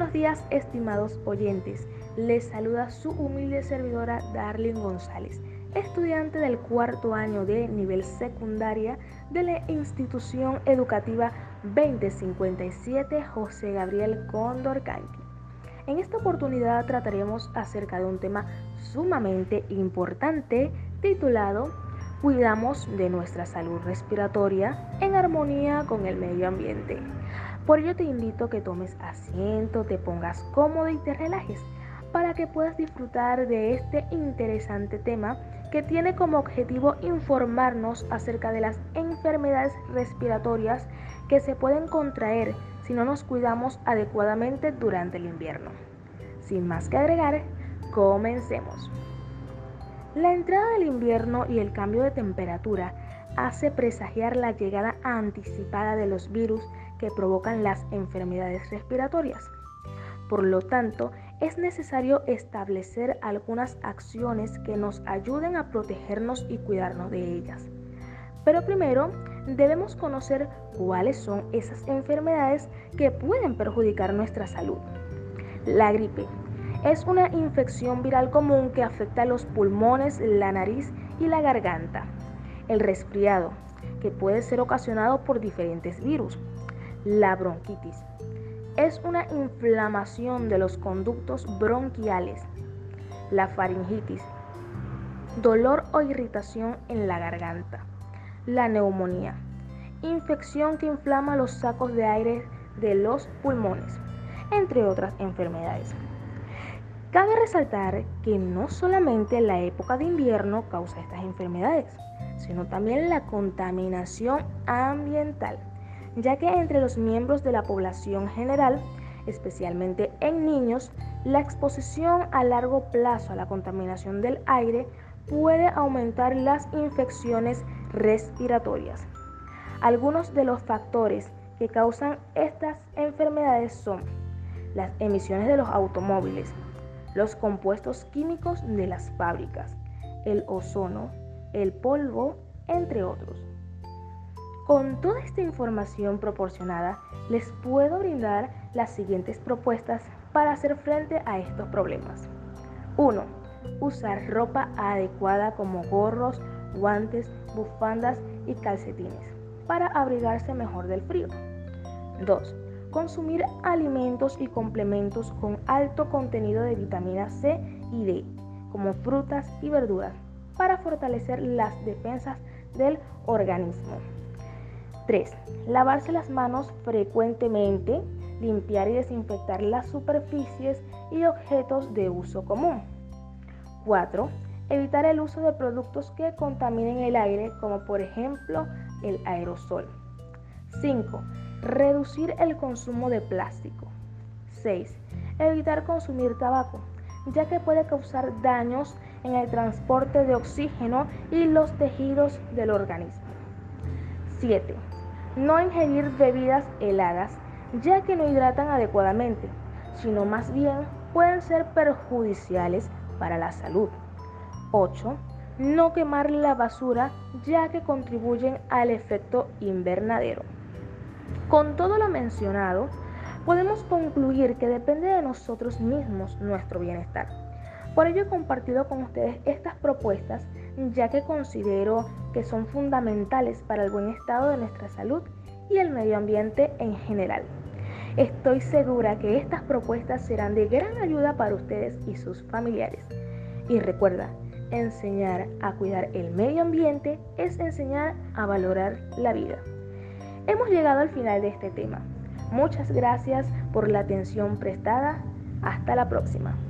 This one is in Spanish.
buenos días, estimados oyentes. Les saluda su humilde servidora Darlene González, estudiante del cuarto año de nivel secundaria de la institución educativa 2057 José Gabriel Condorcanqui. En esta oportunidad trataremos acerca de un tema sumamente importante titulado Cuidamos de nuestra salud respiratoria en armonía con el medio ambiente. Por ello te invito a que tomes asiento, te pongas cómodo y te relajes para que puedas disfrutar de este interesante tema que tiene como objetivo informarnos acerca de las enfermedades respiratorias que se pueden contraer si no nos cuidamos adecuadamente durante el invierno. Sin más que agregar, comencemos. La entrada del invierno y el cambio de temperatura hace presagiar la llegada anticipada de los virus que provocan las enfermedades respiratorias. Por lo tanto, es necesario establecer algunas acciones que nos ayuden a protegernos y cuidarnos de ellas. Pero primero, debemos conocer cuáles son esas enfermedades que pueden perjudicar nuestra salud. La gripe es una infección viral común que afecta a los pulmones, la nariz y la garganta. El resfriado, que puede ser ocasionado por diferentes virus. La bronquitis es una inflamación de los conductos bronquiales. La faringitis, dolor o irritación en la garganta. La neumonía, infección que inflama los sacos de aire de los pulmones, entre otras enfermedades. Cabe resaltar que no solamente la época de invierno causa estas enfermedades, sino también la contaminación ambiental, ya que entre los miembros de la población general, especialmente en niños, la exposición a largo plazo a la contaminación del aire puede aumentar las infecciones respiratorias. Algunos de los factores que causan estas enfermedades son las emisiones de los automóviles, los compuestos químicos de las fábricas, el ozono, el polvo, entre otros. Con toda esta información proporcionada, les puedo brindar las siguientes propuestas para hacer frente a estos problemas. 1. Usar ropa adecuada como gorros, guantes, bufandas y calcetines para abrigarse mejor del frío. 2. Consumir alimentos y complementos con alto contenido de vitamina C y D, como frutas y verduras, para fortalecer las defensas del organismo. 3. Lavarse las manos frecuentemente, limpiar y desinfectar las superficies y objetos de uso común. 4. Evitar el uso de productos que contaminen el aire, como por ejemplo el aerosol. 5. Reducir el consumo de plástico. 6. Evitar consumir tabaco, ya que puede causar daños en el transporte de oxígeno y los tejidos del organismo. 7. No ingerir bebidas heladas, ya que no hidratan adecuadamente, sino más bien pueden ser perjudiciales para la salud. 8. No quemar la basura, ya que contribuyen al efecto invernadero. Con todo lo mencionado, podemos concluir que depende de nosotros mismos nuestro bienestar. Por ello he compartido con ustedes estas propuestas, ya que considero que son fundamentales para el buen estado de nuestra salud y el medio ambiente en general. Estoy segura que estas propuestas serán de gran ayuda para ustedes y sus familiares. Y recuerda, enseñar a cuidar el medio ambiente es enseñar a valorar la vida. Hemos llegado al final de este tema. Muchas gracias por la atención prestada. Hasta la próxima.